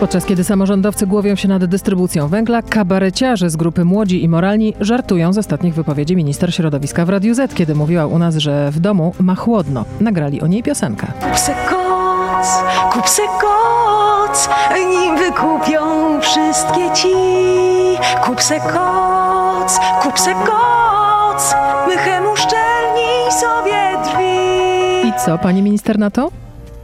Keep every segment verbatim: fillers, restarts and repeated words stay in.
Podczas kiedy samorządowcy głowią się nad dystrybucją węgla, kabareciarze z grupy Młodzi i Moralni żartują z ostatnich wypowiedzi minister środowiska w Radiu Z, kiedy mówiła u nas, że w domu ma chłodno. Nagrali o niej piosenkę. Kup se koc, kup se koc, nim wykupią wszystkie ci. Kup se koc, kup se koc, mychem uszczelnij sobie drzwi. I co, pani minister na to?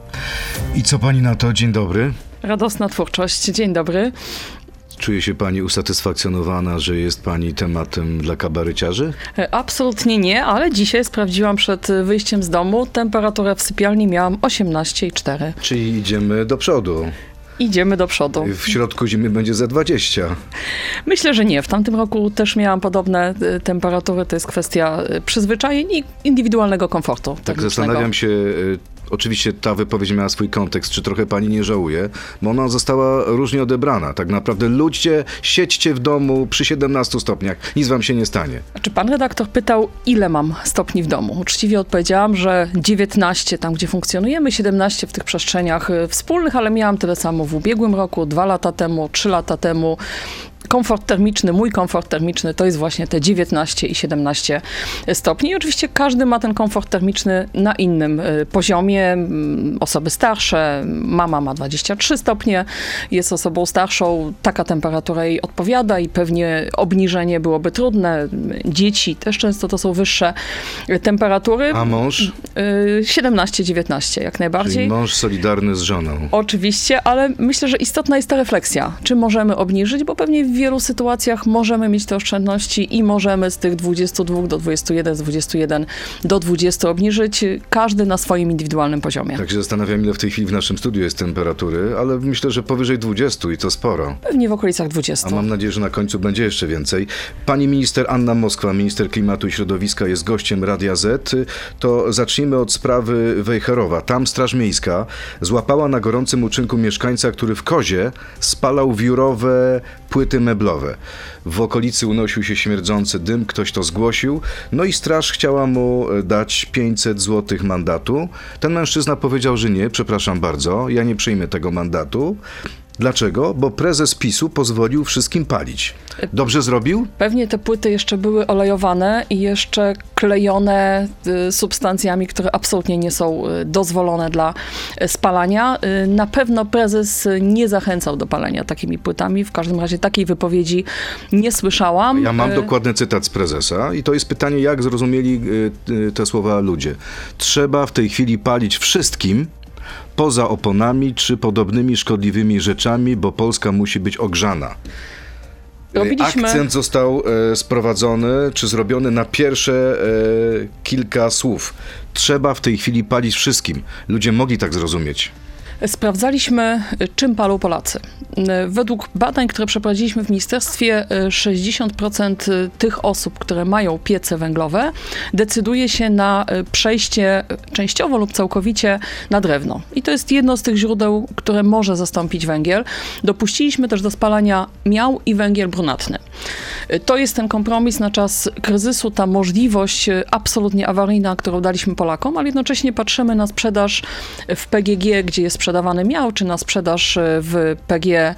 I co pani na to? Dzień dobry. Radosna twórczość. Dzień dobry. Czuje się pani usatysfakcjonowana, że jest pani tematem dla kabareciarzy? Absolutnie nie, ale dzisiaj sprawdziłam przed wyjściem z domu. Temperaturę w sypialni miałam osiemnaście i cztery. Czyli idziemy do przodu. Idziemy do przodu. W środku zimy będzie za dwadzieścia. Myślę, że nie. W tamtym roku też miałam podobne temperatury. To jest kwestia przyzwyczajeń i indywidualnego komfortu. Tak, zastanawiam się... Oczywiście ta wypowiedź miała swój kontekst, czy trochę pani nie żałuje, bo ona została różnie odebrana. Tak naprawdę ludźcie, siedźcie w domu przy siedemnastu stopniach, nic wam się nie stanie. Czy pan redaktor pytał, ile mam stopni w domu? Uczciwie odpowiedziałam, że dziewiętnaście tam, gdzie funkcjonujemy, siedemnaście w tych przestrzeniach wspólnych, ale miałam tyle samo w ubiegłym roku, dwa lata temu, trzy lata temu. Komfort termiczny, mój komfort termiczny to jest właśnie te dziewiętnaście i siedemnaście stopni. I oczywiście każdy ma ten komfort termiczny na innym poziomie. Osoby starsze, mama ma dwadzieścia trzy stopnie, jest osobą starszą, taka temperatura jej odpowiada i pewnie obniżenie byłoby trudne. Dzieci też często to są wyższe temperatury. A mąż? siedemnaście dziewiętnaście jak najbardziej. Czyli mąż solidarny z żoną. Oczywiście, ale myślę, że istotna jest ta refleksja. Czy możemy obniżyć, bo pewnie w wielu sytuacjach możemy mieć te oszczędności i możemy z tych dwudziestu dwóch do dwudziestu jeden, z dwudziestu jeden do dwudziestu obniżyć, każdy na swoim indywidualnym poziomie. Tak się zastanawiam, ile w tej chwili w naszym studiu jest temperatury, ale myślę, że powyżej dwudziestu i to sporo. Pewnie w okolicach dwudziestu. A mam nadzieję, że na końcu będzie jeszcze więcej. Pani minister Anna Moskwa, minister klimatu i środowiska, jest gościem Radia Z. To zacznijmy od sprawy Wejherowa. Tam Straż Miejska złapała na gorącym uczynku mieszkańca, który w Kozie spalał wiórowe płyty meblowe. W okolicy unosił się śmierdzący dym, ktoś to zgłosił, no i straż chciała mu dać pięćset złotych mandatu. Ten mężczyzna powiedział, że nie, przepraszam bardzo, ja nie przyjmę tego mandatu. Dlaczego? Bo prezes PiSu pozwolił wszystkim palić. Dobrze zrobił? Pewnie te płyty jeszcze były olejowane i jeszcze klejone y, substancjami, które absolutnie nie są y, dozwolone dla y, spalania. Y, na pewno prezes nie zachęcał do palenia takimi płytami. W każdym razie takiej wypowiedzi nie słyszałam. Ja mam y- dokładny cytat z prezesa i to jest pytanie, jak zrozumieli y, y, te słowa ludzie. Trzeba w tej chwili palić wszystkim, poza oponami czy podobnymi szkodliwymi rzeczami, bo Polska musi być ogrzana. Robiliśmy... Akcent został e, sprowadzony, czy zrobiony na pierwsze e, kilka słów. Trzeba w tej chwili palić wszystkim. Ludzie mogli tak zrozumieć. Sprawdzaliśmy, czym palą Polacy. Według badań, które przeprowadziliśmy w ministerstwie, sześćdziesiąt procent tych osób, które mają piece węglowe, decyduje się na przejście częściowo lub całkowicie na drewno. I to jest jedno z tych źródeł, które może zastąpić węgiel. Dopuściliśmy też do spalania miał i węgiel brunatny. To jest ten kompromis na czas kryzysu, ta możliwość absolutnie awaryjna, którą daliśmy Polakom, ale jednocześnie patrzymy na sprzedaż w P G G, gdzie jest sprzedawany miał, czy na sprzedaż w P G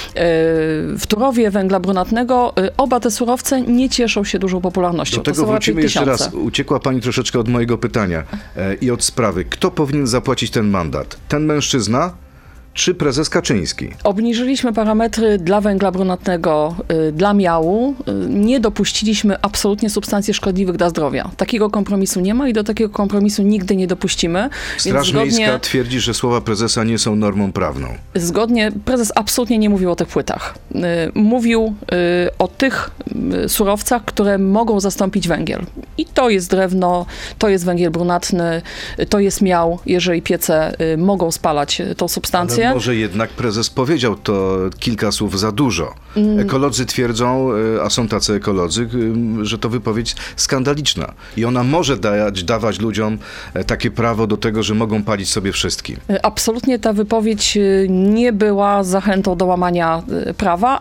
w Turowie węgla brunatnego. Oba te surowce nie cieszą się dużą popularnością. Do tego wrócimy jeszcze raz. Uciekła pani troszeczkę od mojego pytania e, i od sprawy. Kto powinien zapłacić ten mandat? Ten mężczyzna? Czy prezes Kaczyński? Obniżyliśmy parametry dla węgla brunatnego, y, dla miału. Y, nie dopuściliśmy absolutnie substancji szkodliwych dla zdrowia. Takiego kompromisu nie ma i do takiego kompromisu nigdy nie dopuścimy. Straż zgodnie, Miejska twierdzi, że słowa prezesa nie są normą prawną. Zgodnie, prezes absolutnie nie mówił o tych płytach. Y, mówił y, o tych y, surowcach, które mogą zastąpić węgiel. I to jest drewno, to jest węgiel brunatny, y, to jest miał, jeżeli piece y, mogą spalać y, tą substancję. Ale może jednak prezes powiedział to kilka słów za dużo. Ekolodzy twierdzą, a są tacy ekolodzy, że to wypowiedź skandaliczna. I ona może dać, dawać ludziom takie prawo do tego, że mogą palić sobie wszystkim. Absolutnie ta wypowiedź nie była zachętą do łamania prawa, a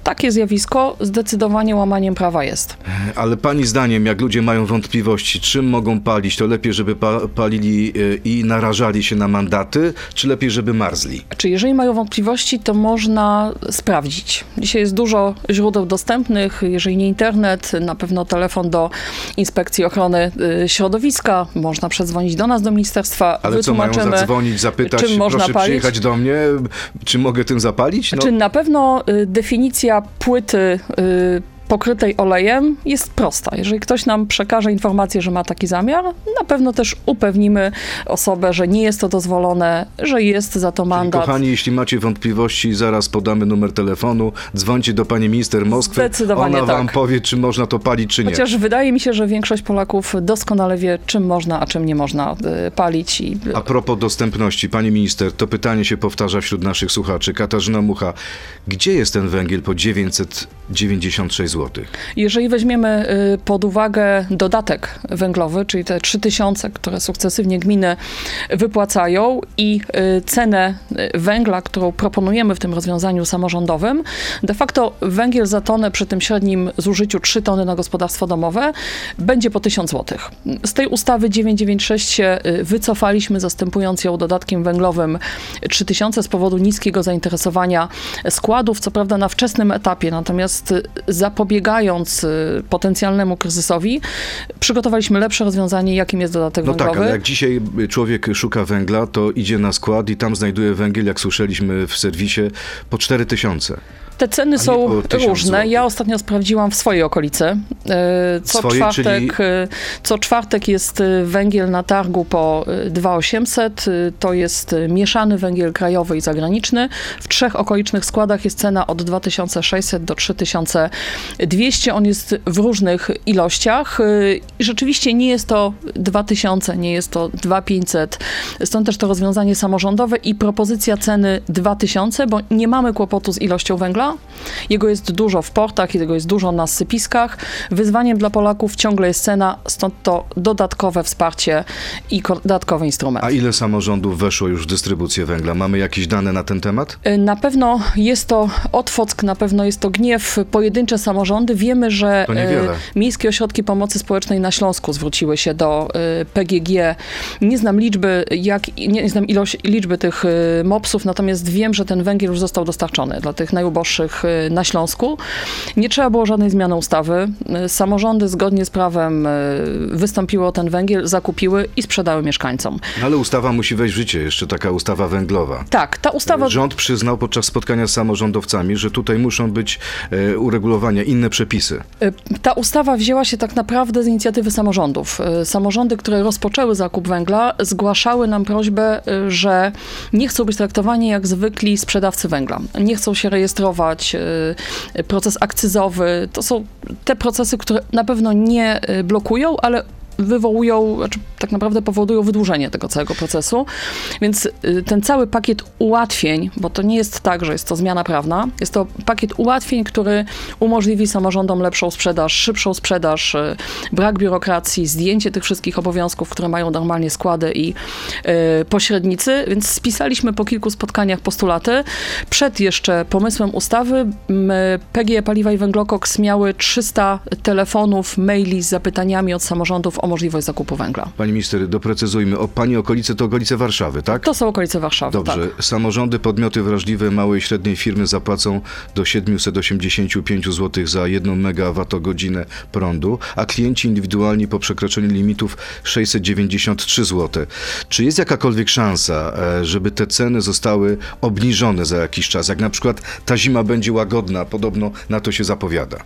takie zjawisko zdecydowanie łamaniem prawa jest. Ale pani zdaniem, jak ludzie mają wątpliwości, czym mogą palić, to lepiej, żeby pa- palili i narażali się na mandaty, czy lepiej, żeby marzli? Czy jeżeli mają wątpliwości, to można sprawdzić. Dzisiaj jest dużo źródeł dostępnych, jeżeli nie internet, na pewno telefon do Inspekcji Ochrony Środowiska, można przedzwonić do nas, do ministerstwa. Ale co, mają zadzwonić, zapytać, czym można proszę palić? przyjechać do mnie, czy mogę tym zapalić? No. Czy na pewno y, definicja płyty y, pokrytej olejem jest prosta. Jeżeli ktoś nam przekaże informację, że ma taki zamiar, na pewno też upewnimy osobę, że nie jest to dozwolone, że jest za to mandat. Czyli, kochani, jeśli macie wątpliwości, zaraz podamy numer telefonu, dzwońcie do pani minister Moskwy, Zdecydowanie ona wam tak. powie, czy można to palić, czy nie. Chociaż wydaje mi się, że większość Polaków doskonale wie, czym można, a czym nie można y, palić. I... A propos dostępności, pani minister, to pytanie się powtarza wśród naszych słuchaczy. Katarzyna Mucha, gdzie jest ten węgiel po dziewięćset dziewięćdziesiąt sześć złotych? Jeżeli weźmiemy y, pod uwagę dodatek węglowy, czyli te trzy tysiące, które sukcesywnie gminy wypłacają i y, cenę węgla, którą proponujemy w tym rozwiązaniu samorządowym, de facto węgiel za tonę przy tym średnim zużyciu trzy tony na gospodarstwo domowe będzie po tysiąc złotych. Z tej ustawy dziewięćset dziewięćdziesiąt sześć się wycofaliśmy, zastępując ją dodatkiem węglowym trzy tysiące z powodu niskiego zainteresowania składów, co prawda na wczesnym etapie, natomiast zapobiegając potencjalnemu kryzysowi, przygotowaliśmy lepsze rozwiązanie, jakim jest dodatek no węglowy. No tak, ale jak dzisiaj człowiek szuka węgla, to idzie na skład i tam znajduje węgiel, jak słyszeliśmy w serwisie, po cztery tysiące. Te ceny są różne. złotych. Ja ostatnio sprawdziłam w swojej okolicy. Co, Swoje, czwartek, czyli... co czwartek jest węgiel na targu po dwa tysiące osiemset. To jest mieszany węgiel krajowy i zagraniczny. W trzech okolicznych składach jest cena od dwa tysiące sześćset do trzy tysiące dwieście. On jest w różnych ilościach. I rzeczywiście nie jest to dwa tysiące, nie jest to dwa tysiące pięćset. Stąd też to rozwiązanie samorządowe i propozycja ceny dwa tysiące, bo nie mamy kłopotu z ilością węgla. Jego jest dużo w portach, jego jest dużo na sypiskach. Wyzwaniem dla Polaków ciągle jest cena, stąd to dodatkowe wsparcie i dodatkowy instrument. A ile samorządów weszło już w dystrybucję węgla? Mamy jakieś dane na ten temat? Na pewno jest to Otwock, na pewno jest to Gniew, pojedyncze samorządy. Wiemy, że miejskie ośrodki pomocy społecznej na Śląsku zwróciły się do P G G. Nie znam liczby, jak, nie, nie znam ilość, liczby tych mopsów, natomiast wiem, że ten węgiel już został dostarczony dla tych najuboższych na Śląsku. Nie trzeba było żadnej zmiany ustawy. Samorządy zgodnie z prawem wystąpiły o ten węgiel, zakupiły i sprzedały mieszkańcom. No ale ustawa musi wejść w życie, jeszcze taka ustawa węglowa. Tak, ta ustawa... Rząd przyznał podczas spotkania z samorządowcami, że tutaj muszą być e, uregulowania, inne przepisy. Ta ustawa wzięła się tak naprawdę z inicjatywy samorządów. Samorządy, które rozpoczęły zakup węgla, zgłaszały nam prośbę, że nie chcą być traktowani jak zwykli sprzedawcy węgla. Nie chcą się rejestrować, proces akcyzowy. To są te procesy, które na pewno nie blokują, ale wywołują, znaczy tak naprawdę powodują wydłużenie tego całego procesu. Więc ten cały pakiet ułatwień, bo to nie jest tak, że jest to zmiana prawna, jest to pakiet ułatwień, który umożliwi samorządom lepszą sprzedaż, szybszą sprzedaż, brak biurokracji, zdjęcie tych wszystkich obowiązków, które mają normalnie składy i y, pośrednicy. Więc spisaliśmy po kilku spotkaniach postulaty. Przed jeszcze pomysłem ustawy P G E Paliwa i Węglokoks miały trzysta telefonów, maili z zapytaniami od samorządów o możliwość zakupu węgla. Pani minister, doprecyzujmy. O pani okolice to okolice Warszawy, tak? To są okolice Warszawy, Dobrze. Tak. Samorządy, podmioty wrażliwe, małe i średnie firmy zapłacą do siedemset osiemdziesiąt pięć złotych za jedną megawattogodzinę prądu, a klienci indywidualni po przekroczeniu limitów sześćset dziewięćdziesiąt trzy złote. Czy jest jakakolwiek szansa, żeby te ceny zostały obniżone za jakiś czas? Jak na przykład ta zima będzie łagodna, podobno na to się zapowiada.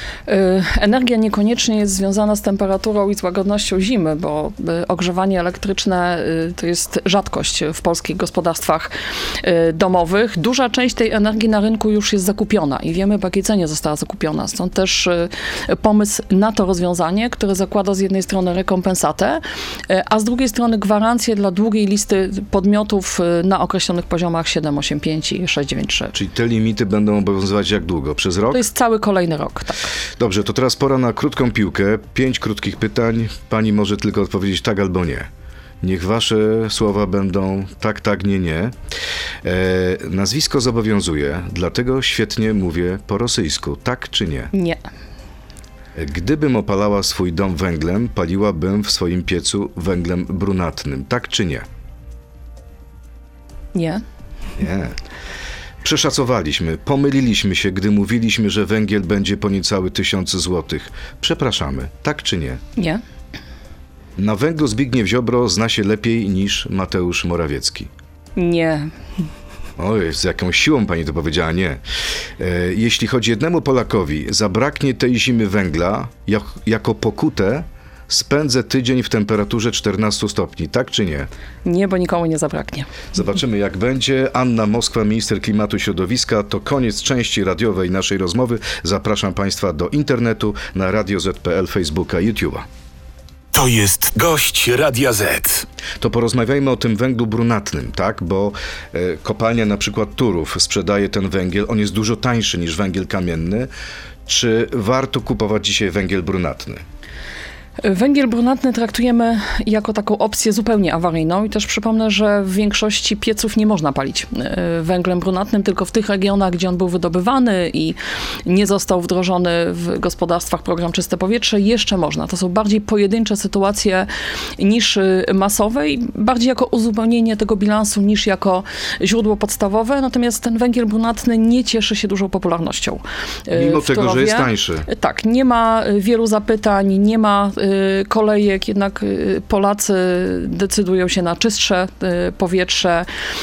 Energia niekoniecznie jest związana z temperaturą i z łagodnością zimy, bo ogrzewanie elektryczne to jest rzadkość w polskich gospodarstwach domowych. Duża część tej energii na rynku już jest zakupiona i wiemy, w jakiej cenie została zakupiona. Stąd też pomysł na to rozwiązanie, które zakłada z jednej strony rekompensatę, a z drugiej strony gwarancję dla długiej listy podmiotów na określonych poziomach siedem, osiem, pięć i sześć, dziewięć, trzy. Czyli te limity będą obowiązywać jak długo? Przez rok? To jest cały kolejny rok, tak. Dobrze, to teraz pora na krótką piłkę. Pięć krótkich pytań. Pani może tylko odpowiedzieć tak albo nie. Niech wasze słowa będą tak, tak, nie, nie. E, nazwisko zobowiązuje, dlatego świetnie mówię po rosyjsku. Tak czy nie? Nie. Gdybym opalała swój dom węglem, paliłabym w swoim piecu węglem brunatnym. Tak czy nie? Nie. Nie. Przeszacowaliśmy, pomyliliśmy się, gdy mówiliśmy, że węgiel będzie po niecały tysiąc złotych. Przepraszamy. Tak czy nie? Nie. Na węglu Zbigniew Ziobro zna się lepiej niż Mateusz Morawiecki. Nie. Oj, z jaką siłą pani to powiedziała, nie. E, jeśli choć jednemu Polakowi zabraknie tej zimy węgla, jak, jako pokutę spędzę tydzień w temperaturze czternastu stopni, tak czy nie? Nie, bo nikomu nie zabraknie. Zobaczymy, jak będzie. Anna Moskwa, minister klimatu i środowiska. To koniec części radiowej naszej rozmowy. Zapraszam państwa do internetu na radio zet kropka pe el, Facebooka, YouTube'a. To jest gość Radia Z. To porozmawiajmy o tym węglu brunatnym, tak? Bo e, kopalnia na przykład Turów sprzedaje ten węgiel. On jest dużo tańszy niż węgiel kamienny. Czy warto kupować dzisiaj węgiel brunatny? Węgiel brunatny traktujemy jako taką opcję zupełnie awaryjną i też przypomnę, że w większości pieców nie można palić węglem brunatnym, tylko w tych regionach, gdzie on był wydobywany i nie został wdrożony w gospodarstwach program Czyste Powietrze, jeszcze można. To są bardziej pojedyncze sytuacje niż masowe i bardziej jako uzupełnienie tego bilansu niż jako źródło podstawowe, natomiast ten węgiel brunatny nie cieszy się dużą popularnością. Mimo w tego, Turowie. że jest tańszy. Tak, nie ma wielu zapytań, nie ma kolejek, jednak Polacy decydują się na czystsze powietrze,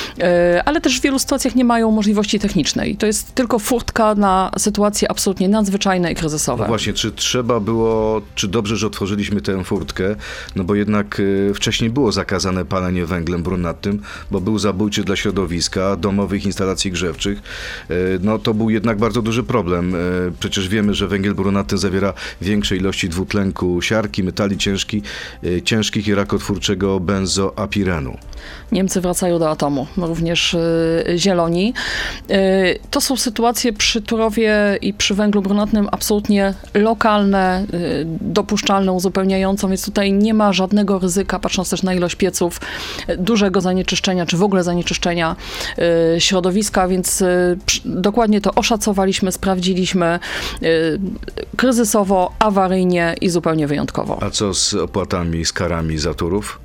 ale też w wielu sytuacjach nie mają możliwości technicznej. To jest tylko furtka na sytuacje absolutnie nadzwyczajne i kryzysowe. No właśnie, czy trzeba było, czy dobrze, że otworzyliśmy tę furtkę, no bo jednak y, wcześniej było zakazane palenie węglem brunatnym, bo był zabójczy dla środowiska, domowych instalacji grzewczych. Y, no to był jednak bardzo duży problem. Y, przecież wiemy, że węgiel brunatny zawiera większe ilości dwutlenku siarki, metali ciężki, y, ciężkich i rakotwórczego benzoapirenu. Niemcy wracają do atomu, również y, zieloni. Y, to są sytuacje przy Turowie i przy węglu brunatnym absolutnie lokalne, y, dopuszczalne, uzupełniające, więc tutaj nie ma żadnego ryzyka, patrząc też na ilość pieców, y, dużego zanieczyszczenia, czy w ogóle zanieczyszczenia y, środowiska, więc y, przy, dokładnie to oszacowaliśmy, sprawdziliśmy y, kryzysowo, awaryjnie i zupełnie wyjątkowo. A co z opłatami, z karami za Turów?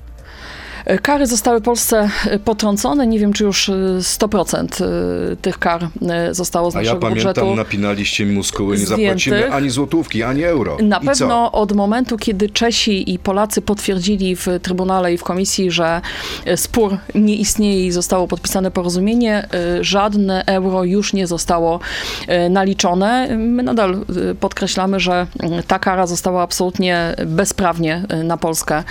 Kary zostały Polsce potrącone. Nie wiem, czy już sto procent tych kar zostało z A naszego ja pamiętam, budżetu napinaliście mi muskuły, nie zdjętych. zapłacimy ani złotówki, ani euro. Na I pewno co? od momentu, kiedy Czesi i Polacy potwierdzili w Trybunale i w Komisji, że spór nie istnieje i zostało podpisane porozumienie, żadne euro już nie zostało naliczone. My nadal podkreślamy, że ta kara została absolutnie bezprawnie na Polskę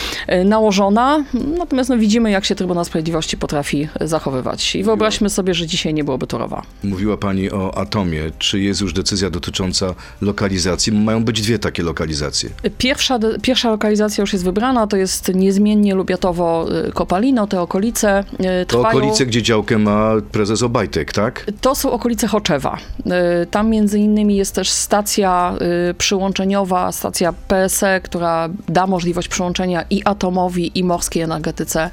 nałożona. Natomiast no, widzimy, jak się Trybunał Sprawiedliwości potrafi zachowywać. I wyobraźmy sobie, że dzisiaj nie byłoby Turowa. Mówiła pani o atomie. Czy jest już decyzja dotycząca lokalizacji? Mają być dwie takie lokalizacje. Pierwsza, pierwsza lokalizacja już jest wybrana, to jest niezmiennie Lubiatowo-Kopalino, te okolice trwają... To okolice, gdzie działkę ma prezes Obajtek, tak? To są okolice Choczewa. Tam między innymi jest też stacja przyłączeniowa, stacja P S E, która da możliwość przyłączenia i atomowi, i morskiej energetyce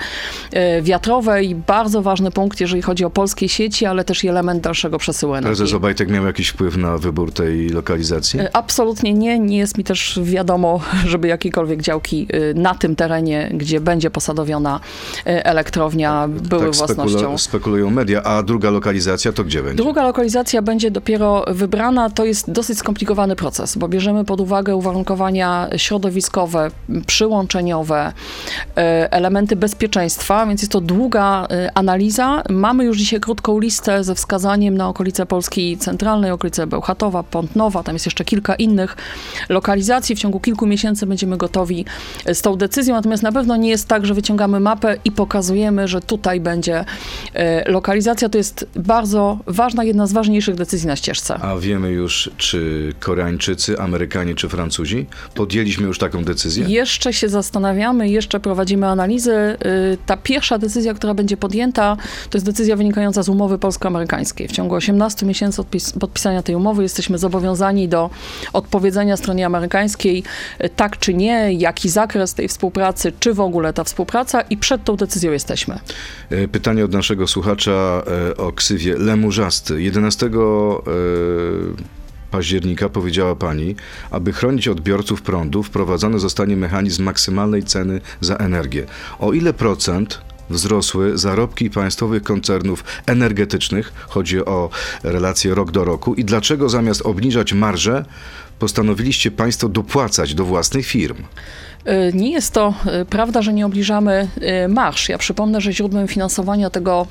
wiatrowej. Bardzo ważny punkt, jeżeli chodzi o polskie sieci, ale też i element dalszego przesyłu energii. Prezes Obajtek miał jakiś wpływ na wybór tej lokalizacji? Absolutnie nie. Nie jest mi też wiadomo, żeby jakiekolwiek działki na tym terenie, gdzie będzie posadowiona elektrownia, były tak własnością. Spekulu- spekulują media. A druga lokalizacja to gdzie będzie? Druga lokalizacja będzie dopiero wybrana. To jest dosyć skomplikowany proces, bo bierzemy pod uwagę uwarunkowania środowiskowe, przyłączeniowe, elementy bezpieczeństwa, więc jest to długa analiza. Mamy już dzisiaj krótką listę ze wskazaniem na okolice Polski Centralnej, okolice Bełchatowa, Pątnowa, tam jest jeszcze kilka innych lokalizacji. W ciągu kilku miesięcy będziemy gotowi z tą decyzją, natomiast na pewno nie jest tak, że wyciągamy mapę i pokazujemy, że tutaj będzie lokalizacja. To jest bardzo ważna, jedna z ważniejszych decyzji na ścieżce. A wiemy już, czy Koreańczycy, Amerykanie, czy Francuzi podjęliśmy już taką decyzję? Jeszcze się zastanawiamy, jeszcze prowadzimy analizę. analizy ta pierwsza decyzja, która będzie podjęta, to jest decyzja wynikająca z umowy polsko-amerykańskiej. W ciągu osiemnastu miesięcy od podpisania tej umowy jesteśmy zobowiązani do odpowiedzenia stronie amerykańskiej tak czy nie, jaki zakres tej współpracy, czy w ogóle ta współpraca i przed tą decyzją jesteśmy. Pytanie od naszego słuchacza o ksywie Lemurzasty. jedenastego października powiedziała pani, aby chronić odbiorców prądu, wprowadzony zostanie mechanizm maksymalnej ceny za energię. O ile procent wzrosły zarobki państwowych koncernów energetycznych, chodzi o relacje rok do roku, i dlaczego zamiast obniżać marżę postanowiliście państwo dopłacać do własnych firm? Nie jest to prawda, że nie obniżamy marż. Ja przypomnę, że źródłem finansowania tego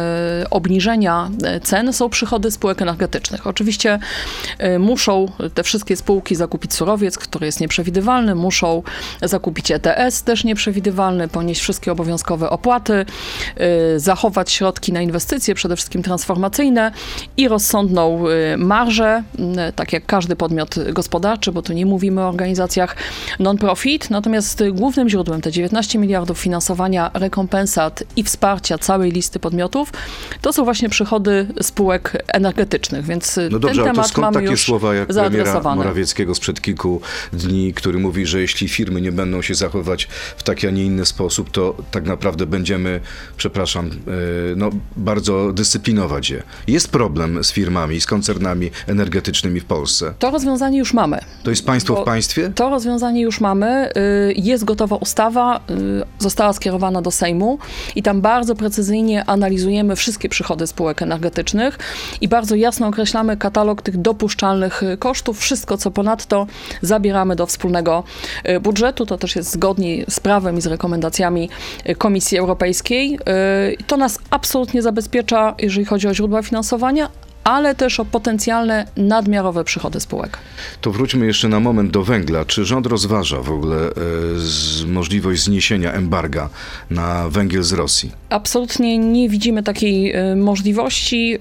obniżenia cen są przychody spółek energetycznych. Oczywiście muszą te wszystkie spółki zakupić surowiec, który jest nieprzewidywalny, muszą zakupić E T S, też nieprzewidywalny, ponieść wszystkie obowiązkowe opłaty, zachować środki na inwestycje, przede wszystkim transformacyjne, i rozsądną marżę, tak jak każdy podmiot gospodarczy, bo tu nie mówimy o organizacjach non-profit. Natomiast głównym źródłem, te dziewiętnaście miliardów finansowania, rekompensat i wsparcia całej listy podmiotów, to są właśnie przychody spółek energetycznych, więc no dobrze, ten ale temat to skąd mamy takie już słowa jak premiera zaadresowane. Morawieckiego sprzed kilku dni, który mówi, że jeśli firmy nie będą się zachowywać w taki, a nie inny sposób, to tak naprawdę będziemy, przepraszam, no bardzo dyscyplinować je. Jest problem z firmami, z koncernami energetycznymi w Polsce. To rozwiązanie już mamy. To jest państwo w państwie? To rozwiązanie już mamy. Jest gotowa ustawa, została skierowana do Sejmu i tam bardzo precyzyjnie analizujemy wszystkie przychody spółek energetycznych i bardzo jasno określamy katalog tych dopuszczalnych kosztów. Wszystko, co ponadto, zabieramy do wspólnego budżetu. To też jest zgodnie z prawem i z rekomendacjami Komisji Europejskiej. To nas absolutnie zabezpiecza, jeżeli chodzi o źródła finansowania, ale też o potencjalne nadmiarowe przychody spółek. To wróćmy jeszcze na moment do węgla. Czy rząd rozważa w ogóle e, z, możliwość zniesienia embarga na węgiel z Rosji? Absolutnie nie widzimy takiej e, możliwości e,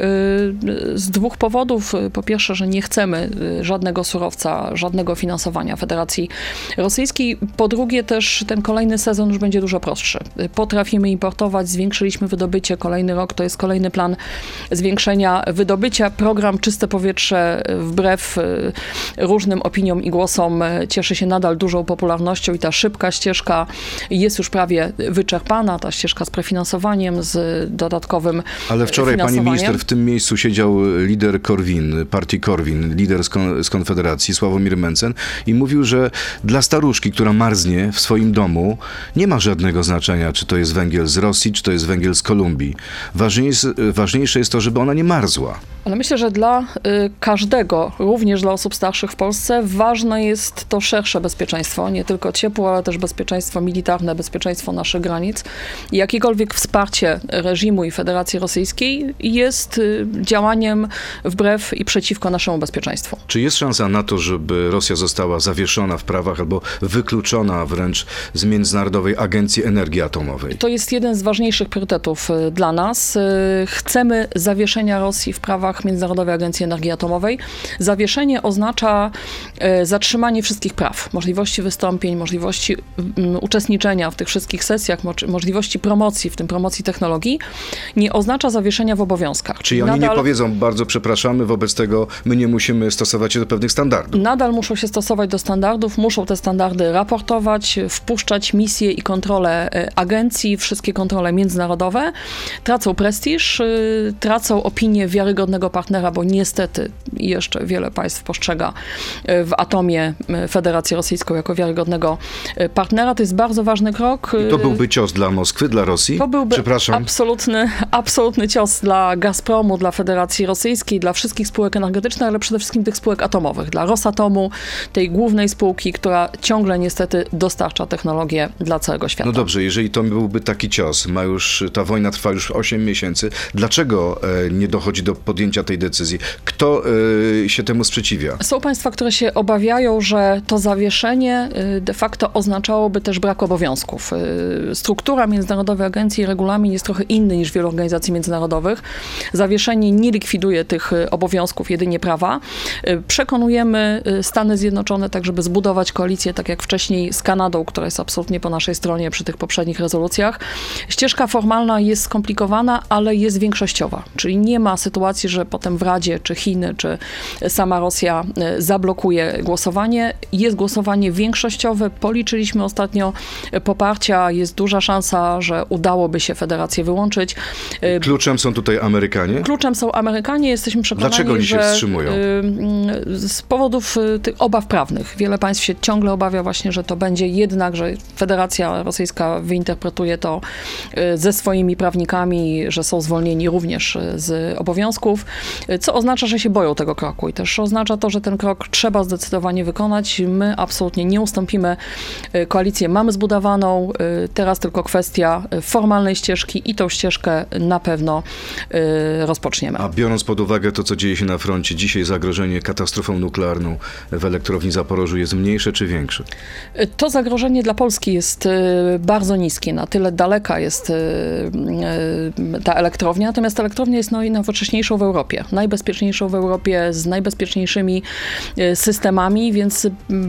z dwóch powodów. Po pierwsze, że nie chcemy e, żadnego surowca, żadnego finansowania Federacji Rosyjskiej. Po drugie, też ten kolejny sezon już będzie dużo prostszy. Potrafimy importować, zwiększyliśmy wydobycie. Kolejny rok to jest kolejny plan zwiększenia wydobycia. Program Czyste Powietrze, wbrew różnym opiniom i głosom, cieszy się nadal dużą popularnością i ta szybka ścieżka jest już prawie wyczerpana, ta ścieżka z prefinansowaniem, z dodatkowym Ale wczoraj pani minister, w tym miejscu siedział lider Korwin, partii Korwin, lider z, kon, z Konfederacji, Sławomir Mencen, i mówił, że dla staruszki, która marznie w swoim domu, nie ma żadnego znaczenia, czy to jest węgiel z Rosji, czy to jest węgiel z Kolumbii. Ważniejsze, ważniejsze jest to, żeby ona nie marzła. Ale myślę, że dla y, każdego, również dla osób starszych w Polsce, ważne jest to szersze bezpieczeństwo, nie tylko ciepło, ale też bezpieczeństwo militarne, bezpieczeństwo naszych granic. I jakiekolwiek wsparcie reżimu i Federacji Rosyjskiej jest y, działaniem wbrew i przeciwko naszemu bezpieczeństwu. Czy jest szansa na to, żeby Rosja została zawieszona w prawach albo wykluczona wręcz z Międzynarodowej Agencji Energii Atomowej? To jest jeden z ważniejszych priorytetów y, dla nas. Y, chcemy zawieszenia Rosji w prawach Międzynarodowej Agencji Energii Atomowej. Zawieszenie oznacza e, zatrzymanie wszystkich praw, możliwości wystąpień, możliwości m, uczestniczenia w tych wszystkich sesjach, mo- możliwości promocji, w tym promocji technologii. Nie oznacza zawieszenia w obowiązkach. Czyli oni nadal, nie powiedzą, bardzo przepraszamy, wobec tego my nie musimy stosować się do pewnych standardów. Nadal muszą się stosować do standardów, muszą te standardy raportować, wpuszczać misje i kontrole agencji, wszystkie kontrole międzynarodowe. Tracą prestiż, y, tracą opinię wiarygodnego partnera, bo niestety jeszcze wiele państw postrzega w atomie Federację Rosyjską jako wiarygodnego partnera. To jest bardzo ważny krok. I to byłby cios dla Moskwy, dla Rosji? To byłby Przepraszam. absolutny, absolutny cios dla Gazpromu, dla Federacji Rosyjskiej, dla wszystkich spółek energetycznych, ale przede wszystkim tych spółek atomowych, dla Rosatomu, tej głównej spółki, która ciągle niestety dostarcza technologię dla całego świata. No dobrze, jeżeli to byłby taki cios, ma już, ta wojna trwa już osiem miesięcy, dlaczego e, nie dochodzi do podjęcia tej decyzji? Kto y, się temu sprzeciwia? Są państwa, które się obawiają, że to zawieszenie y, de facto oznaczałoby też brak obowiązków. Y, struktura Międzynarodowej Agencji regulamin jest trochę inny niż wielu organizacji międzynarodowych. Zawieszenie nie likwiduje tych obowiązków, jedynie prawa. Przekonujemy Stany Zjednoczone tak, żeby zbudować koalicję, tak jak wcześniej z Kanadą, która jest absolutnie po naszej stronie przy tych poprzednich rezolucjach. Ścieżka formalna jest skomplikowana, ale jest większościowa, czyli nie ma sytuacji, że potem w Radzie, czy Chiny, czy sama Rosja zablokuje głosowanie. Jest głosowanie większościowe. Policzyliśmy ostatnio poparcia. Jest duża szansa, że udałoby się federację wyłączyć. Kluczem są tutaj Amerykanie? Kluczem są Amerykanie. Jesteśmy przekonani, Dlaczego oni się że wstrzymują? z powodów tych obaw prawnych. Wiele państw się ciągle obawia właśnie, że to będzie jednak, że Federacja Rosyjska wyinterpretuje to ze swoimi prawnikami, że są zwolnieni również z obowiązków, co oznacza, że się boją tego kroku i też oznacza to, że ten krok trzeba zdecydowanie wykonać. My absolutnie nie ustąpimy. Koalicję mamy zbudowaną, teraz tylko kwestia formalnej ścieżki i tą ścieżkę na pewno rozpoczniemy. A biorąc pod uwagę to, co dzieje się na froncie, dzisiaj zagrożenie katastrofą nuklearną w elektrowni Zaporożu jest mniejsze czy większe? To zagrożenie dla Polski jest bardzo niskie, na tyle daleka jest ta elektrownia, natomiast elektrownia jest najnowocześniejszą w Europie, najbezpieczniejszą w Europie, z najbezpieczniejszymi systemami, więc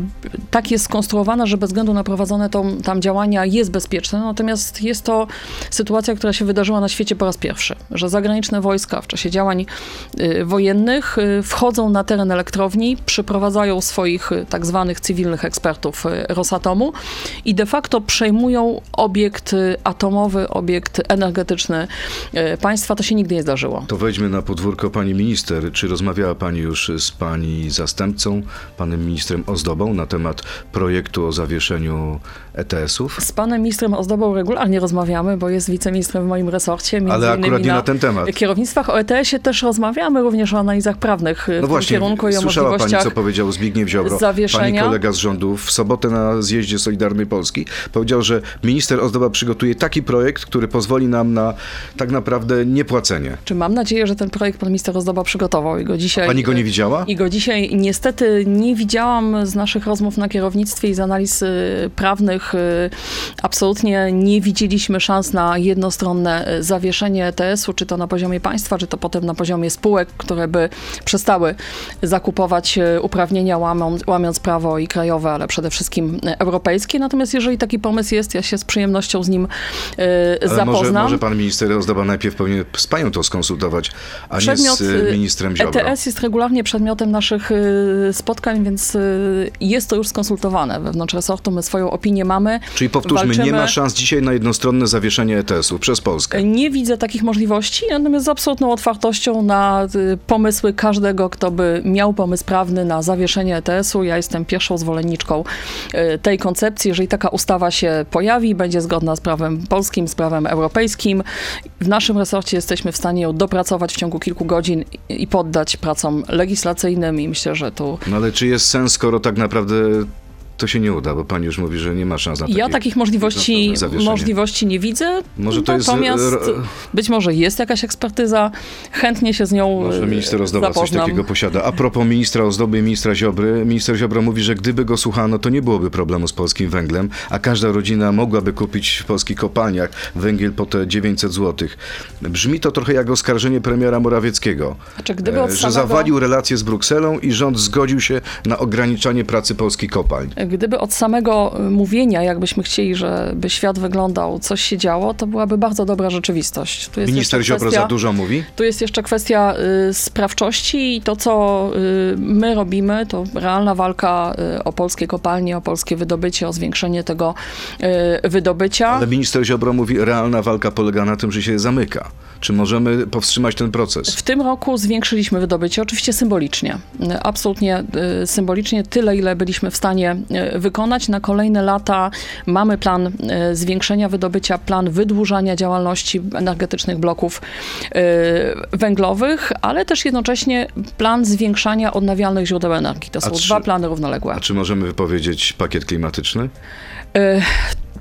tak jest skonstruowana, że bez względu na prowadzone tą, tam działania jest bezpieczne, natomiast jest to sytuacja, która się wydarzyła na świecie po raz pierwszy, że zagraniczne wojska w czasie działań wojennych wchodzą na teren elektrowni, przyprowadzają swoich tak zwanych cywilnych ekspertów Rosatomu i de facto przejmują obiekt atomowy, obiekt energetyczny państwa. To się nigdy nie zdarzyło. To wejdźmy na podwórko pani minister. Czy rozmawiała pani już z pani zastępcą, panem ministrem Ozdobą, na temat projektu o zawieszeniu E T S-ów? Z panem ministrem Ozdobą regularnie rozmawiamy, bo jest wiceministrem w moim resorcie. Między Ale akurat nie na, na ten temat. kierownictwach o E T S-ie też rozmawiamy, również o analizach prawnych w no właśnie, tym kierunku i o słyszała możliwościach pani, co powiedział Zbigniew Ziobro, zawieszenia. pani kolega z rządu w sobotę na zjeździe Solidarnej Polski. Powiedział, że minister Ozdoba przygotuje taki projekt, który pozwoli nam na tak naprawdę niepłacenie. Czy mam nadzieję, że ten projekt pan minister Ozdoba przygotował i go dzisiaj... A pani go nie widziała? I go dzisiaj niestety nie widziałam z naszych rozmów na kierownictwie i z analiz y, prawnych. Y, absolutnie nie widzieliśmy szans na jednostronne zawieszenie E T S-u, czy to na poziomie państwa, czy to potem na poziomie spółek, które by przestały zakupować uprawnienia, łamiąc, łamiąc prawo i krajowe, ale przede wszystkim europejskie. Natomiast jeżeli taki pomysł jest, ja się z przyjemnością z nim y, zapoznam. Może, może pan minister Ozdoba najpierw powinien z panią to skonsultować, a Przedmiot, nie z ministrem Ziobro. E T S jest regularnie przedmiotem naszych y, spotkań, więc y, jest to już skonsultowane wewnątrz resortu. My swoją opinię mamy. Czyli powtórzmy, walczymy. Nie ma szans dzisiaj na jednostronne zawieszenie E T S-u przez Polskę. Nie widzę takich możliwości, natomiast z absolutną otwartością na y, pomysły każdego, kto by miał pomysł prawny na zawieszenie E T S-u. Ja jestem pierwszą zwolenniczką y, tej koncepcji. Jeżeli taka ustawa się pojawi, będzie zgodna z prawem polskim, z prawem europejskim. W naszym resorcie jesteśmy w stanie ją dopracować w ciągu kilku godzin i poddać pracom legislacyjnym i myślę, że tu... No ale czy jest sens, skoro tak naprawdę to się nie uda, bo pani już mówi, że nie ma szans na takie Ja takich możliwości, możliwości nie widzę. Może to Natomiast jest... być może jest jakaś ekspertyza, chętnie się z nią Może minister Ozdoba zapoznam. coś takiego posiada. A propos ministra Ozdoby i ministra Ziobry, minister Ziobro mówi, że gdyby go słuchano, to nie byłoby problemu z polskim węglem, a każda rodzina mogłaby kupić w polskich kopalniach węgiel po te dziewięćset złotych. Brzmi to trochę jak oskarżenie premiera Morawieckiego, znaczy, gdyby od że samego... zawalił relacje z Brukselą i rząd zgodził się na ograniczanie pracy polskich kopalń. Gdyby od samego mówienia, jakbyśmy chcieli, żeby świat wyglądał, coś się działo, to byłaby bardzo dobra rzeczywistość. Tu jest Minister Ziobro kwestia, za dużo mówi? Tu jest jeszcze kwestia y, sprawczości i to, co y, my robimy, to realna walka y, o polskie kopalnie, o polskie wydobycie, o zwiększenie tego y, wydobycia. Ale minister Ziobro mówi, realna walka polega na tym, że się zamyka. Czy możemy powstrzymać ten proces? W tym roku zwiększyliśmy wydobycie, oczywiście symbolicznie. Absolutnie y, symbolicznie, tyle, ile byliśmy w stanie y, wykonać. Na kolejne lata mamy plan y, zwiększenia wydobycia, plan wydłużania działalności energetycznych bloków y, węglowych, ale też jednocześnie plan zwiększania odnawialnych źródeł energii. To są czy, dwa plany równoległe. A czy możemy wypowiedzieć pakiet klimatyczny? Y,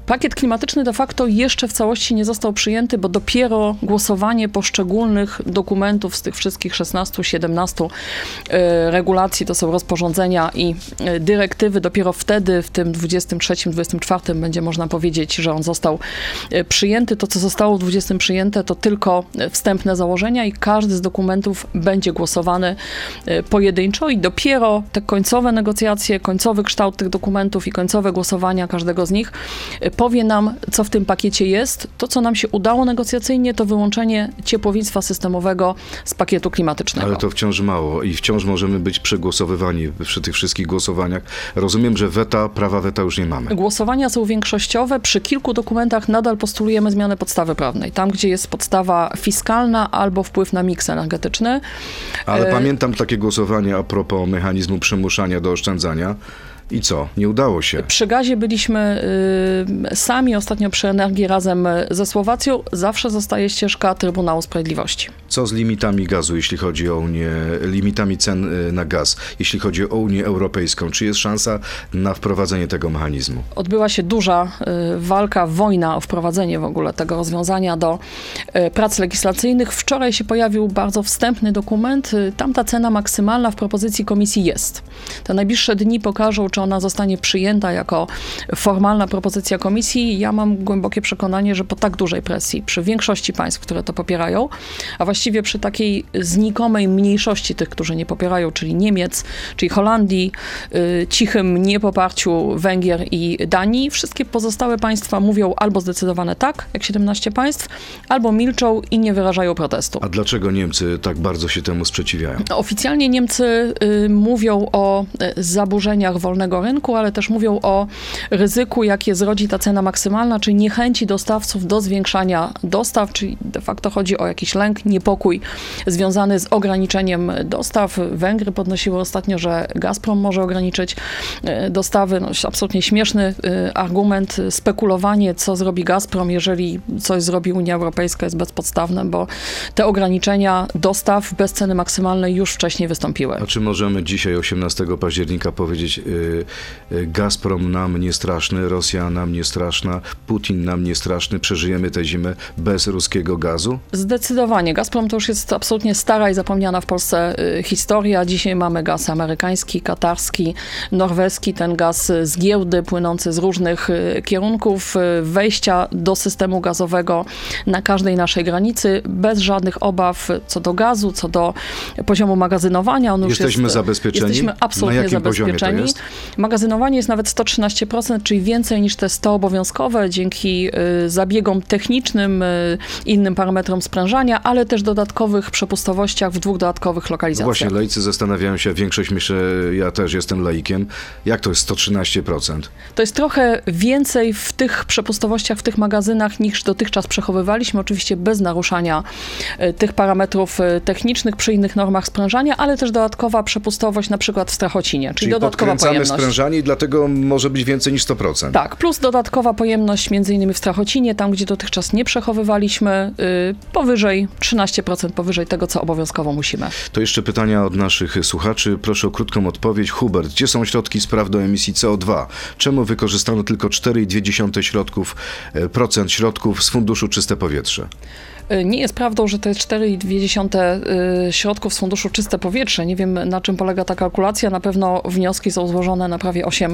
Pakiet klimatyczny de facto jeszcze w całości nie został przyjęty, bo dopiero głosowanie poszczególnych dokumentów z tych wszystkich szesnastu, siedemnastu regulacji, to są rozporządzenia i dyrektywy, dopiero wtedy w tym dwudziestym trzecim, dwudziestym czwartym będzie można powiedzieć, że on został przyjęty. To, co zostało w dwudziestym przyjęte, to tylko wstępne założenia i każdy z dokumentów będzie głosowany pojedynczo i dopiero te końcowe negocjacje, końcowy kształt tych dokumentów i końcowe głosowania każdego z nich powie nam, co w tym pakiecie jest. To, co nam się udało negocjacyjnie, to wyłączenie ciepłownictwa systemowego z pakietu klimatycznego. Ale to wciąż mało i wciąż możemy być przegłosowywani przy tych wszystkich głosowaniach. Rozumiem, że weta, prawa weta już nie mamy. Głosowania są większościowe. Przy kilku dokumentach nadal postulujemy zmianę podstawy prawnej. Tam, gdzie jest podstawa fiskalna albo wpływ na miks energetyczny. Ale e... pamiętam takie głosowanie a propos mechanizmu przymuszania do oszczędzania. I co? Nie udało się. Przy gazie byliśmy y, sami, ostatnio przy energii razem ze Słowacją. Zawsze zostaje ścieżka Trybunału Sprawiedliwości. Co z limitami gazu, jeśli chodzi o Unię, limitami cen na gaz, jeśli chodzi o Unię Europejską? Czy jest szansa na wprowadzenie tego mechanizmu? Odbyła się duża y, walka, wojna o wprowadzenie w ogóle tego rozwiązania do y, prac legislacyjnych. Wczoraj się pojawił bardzo wstępny dokument. Y, tam ta cena maksymalna w propozycji komisji jest. Te najbliższe dni pokażą, czy ona zostanie przyjęta jako formalna propozycja komisji. Ja mam głębokie przekonanie, że po tak dużej presji, przy większości państw, które to popierają, a właściwie przy takiej znikomej mniejszości tych, którzy nie popierają, czyli Niemiec, czyli Holandii, y, cichym niepoparciu Węgier i Danii, wszystkie pozostałe państwa mówią albo zdecydowane tak, jak siedemnaście państw, albo milczą i nie wyrażają protestu. A dlaczego Niemcy tak bardzo się temu sprzeciwiają? Oficjalnie Niemcy y, mówią o y, zaburzeniach wolnego rynku, ale też mówią o ryzyku, jakie zrodzi ta cena maksymalna, czyli niechęci dostawców do zwiększania dostaw, czyli de facto chodzi o jakiś lęk, niepokój związany z ograniczeniem dostaw. Węgry podnosiły ostatnio, że Gazprom może ograniczyć dostawy. No, absolutnie śmieszny argument. Spekulowanie, co zrobi Gazprom, jeżeli coś zrobi Unia Europejska, jest bezpodstawne, bo te ograniczenia dostaw bez ceny maksymalnej już wcześniej wystąpiły. A czy możemy dzisiaj, osiemnastego października, powiedzieć, yy, Gazprom nam nie straszny, Rosja nam nie straszna, Putin nam nie straszny, przeżyjemy tę zimę bez ruskiego gazu? Zdecydowanie. Gazprom to już jest absolutnie stara i zapomniana w Polsce y, historia. Dzisiaj mamy gaz amerykański, katarski, norweski, ten gaz z giełdy płynący z różnych y, kierunków, y, wejścia do systemu gazowego na każdej naszej granicy, bez żadnych obaw co do gazu, co do poziomu magazynowania. On już jesteśmy jest, zabezpieczeni? Jesteśmy absolutnie na jakim zabezpieczeni. poziomie to jest? Magazynowanie jest nawet sto trzynaście procent, czyli więcej niż te sto obowiązkowe, dzięki y, zabiegom technicznym, y, innym parametrom sprężania, ale też dodatkowych przepustowościach w dwóch dodatkowych lokalizacjach. No właśnie, laicy zastanawiają się, większość myślę, ja też jestem laikiem, jak to jest sto trzynaście procent? To jest trochę więcej w tych przepustowościach, w tych magazynach, niż dotychczas przechowywaliśmy, oczywiście bez naruszania y, tych parametrów y, technicznych przy innych normach sprężania, ale też dodatkowa przepustowość na przykład w Strachocinie, czyli, czyli dodatkowa pojemność. sprężanie i dlatego może być więcej niż sto procent. Tak, plus dodatkowa pojemność między innymi w Strachocinie, tam gdzie dotychczas nie przechowywaliśmy, yy, powyżej trzynaście procent powyżej tego, co obowiązkowo musimy. To jeszcze pytania od naszych słuchaczy. Proszę o krótką odpowiedź. Hubert, gdzie są środki z praw do emisji C O dwa? Czemu wykorzystano tylko cztery przecinek dwa środków, procent środków z Funduszu Czyste Powietrze? Nie jest prawdą, że to jest cztery przecinek dwa środków z Funduszu Czyste Powietrze. Nie wiem, na czym polega ta kalkulacja. Na pewno wnioski są złożone na prawie osiem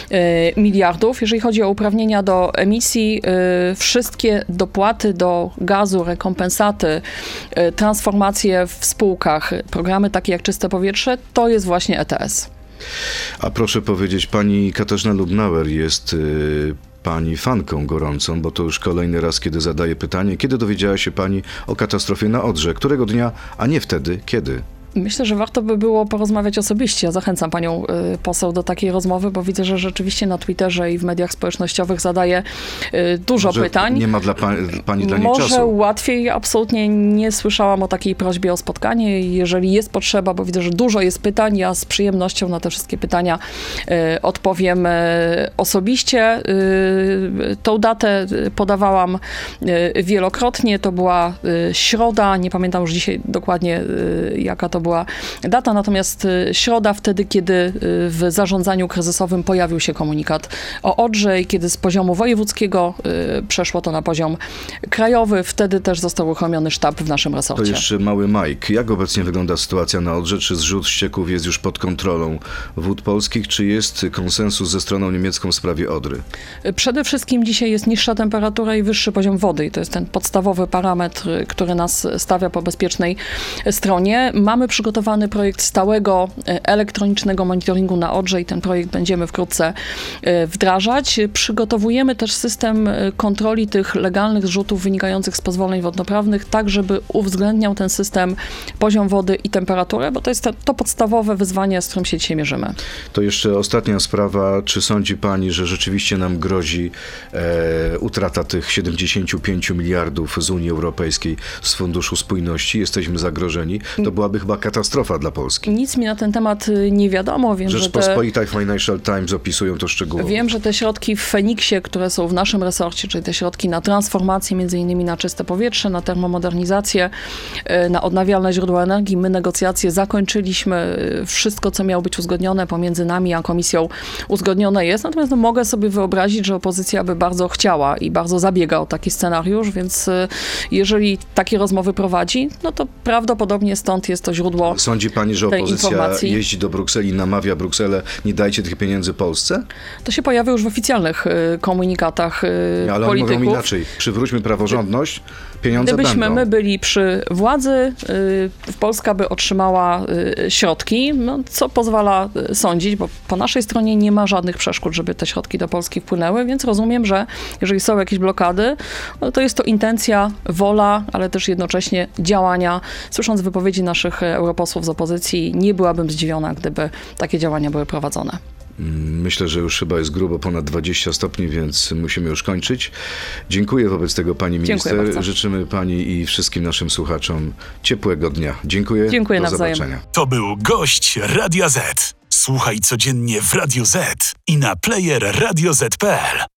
miliardów. Jeżeli chodzi o uprawnienia do emisji, wszystkie dopłaty do gazu, rekompensaty, transformacje w spółkach, programy takie jak Czyste Powietrze, to jest właśnie E T S. A proszę powiedzieć, pani Katarzyna Lubnauer jest Yy... pani fanką gorącą, bo to już kolejny raz, kiedy zadaję pytanie, kiedy dowiedziała się pani o katastrofie na Odrze? Którego dnia, a nie wtedy, kiedy? Myślę, że warto by było porozmawiać osobiście. Ja zachęcam panią y, poseł do takiej rozmowy, bo widzę, że rzeczywiście na Twitterze i w mediach społecznościowych zadaje y, dużo Może pytań. Nie ma dla pani, pani dla niej Może czasu. łatwiej. Absolutnie nie słyszałam o takiej prośbie o spotkanie. Jeżeli jest potrzeba, bo widzę, że dużo jest pytań, ja z przyjemnością na te wszystkie pytania y, odpowiem y, osobiście. Y, tą datę podawałam y, wielokrotnie. To była y, środa. Nie pamiętam już dzisiaj dokładnie, y, jaka to była data. Natomiast środa, wtedy, kiedy w zarządzaniu kryzysowym pojawił się komunikat o Odrze i kiedy z poziomu wojewódzkiego przeszło to na poziom krajowy, wtedy też został uruchomiony sztab w naszym resorcie. To jeszcze mały Mike. Jak obecnie wygląda sytuacja na Odrze? Czy zrzut ścieków jest już pod kontrolą Wód Polskich? Czy jest konsensus ze stroną niemiecką w sprawie Odry? Przede wszystkim dzisiaj jest niższa temperatura i wyższy poziom wody i to jest ten podstawowy parametr, który nas stawia po bezpiecznej stronie. Mamy przygotowany projekt stałego elektronicznego monitoringu na Odrze i ten projekt będziemy wkrótce wdrażać. Przygotowujemy też system kontroli tych legalnych zrzutów wynikających z pozwoleń wodnoprawnych, tak żeby uwzględniał ten system poziom wody i temperaturę, bo to jest to podstawowe wyzwanie, z którym się dzisiaj mierzymy. To jeszcze ostatnia sprawa. Czy sądzi pani, że rzeczywiście nam grozi e, utrata tych siedemdziesięciu pięciu miliardów z Unii Europejskiej z Funduszu Spójności? Jesteśmy zagrożeni? To byłaby chyba katastrofa dla Polski. Nic mi na ten temat nie wiadomo. Wiem, Rzeczpospolita i Financial Times opisują to szczegółowo. Wiem, że te środki w Feniksie, które są w naszym resorcie, czyli te środki na transformację, między innymi na czyste powietrze, na termomodernizację, na odnawialne źródła energii, my negocjacje zakończyliśmy. Wszystko, co miało być uzgodnione pomiędzy nami a komisją, uzgodnione jest. Natomiast no, mogę sobie wyobrazić, że opozycja by bardzo chciała i bardzo zabiega o taki scenariusz, więc jeżeli takie rozmowy prowadzi, no to prawdopodobnie stąd jest to źródło. Sądzi pani, że opozycja informacji. jeździ do Brukseli i namawia Brukselę, nie dajcie tych pieniędzy Polsce? To się pojawia już w oficjalnych y, komunikatach y, Ale polityków. oni mówią inaczej. Przywróćmy praworządność, pieniądze Gdybyśmy będą. my byli przy władzy, y, Polska by otrzymała y, środki, no, co pozwala y, sądzić, bo po naszej stronie nie ma żadnych przeszkód, żeby te środki do Polski wpłynęły, więc rozumiem, że jeżeli są jakieś blokady, no, to jest to intencja, wola, ale też jednocześnie działania. Słysząc wypowiedzi naszych europosłów z opozycji, nie byłabym zdziwiona, gdyby takie działania były prowadzone. Myślę, że już chyba jest grubo ponad dwadzieścia stopni, więc musimy już kończyć. Dziękuję wobec tego pani minister. Życzymy pani i wszystkim naszym słuchaczom ciepłego dnia. Dziękuję. Dziękuję Do nawzajem. zobaczenia. To był gość Radia Z. Słuchaj codziennie w Radio Z i na player radio zet kropka pe el.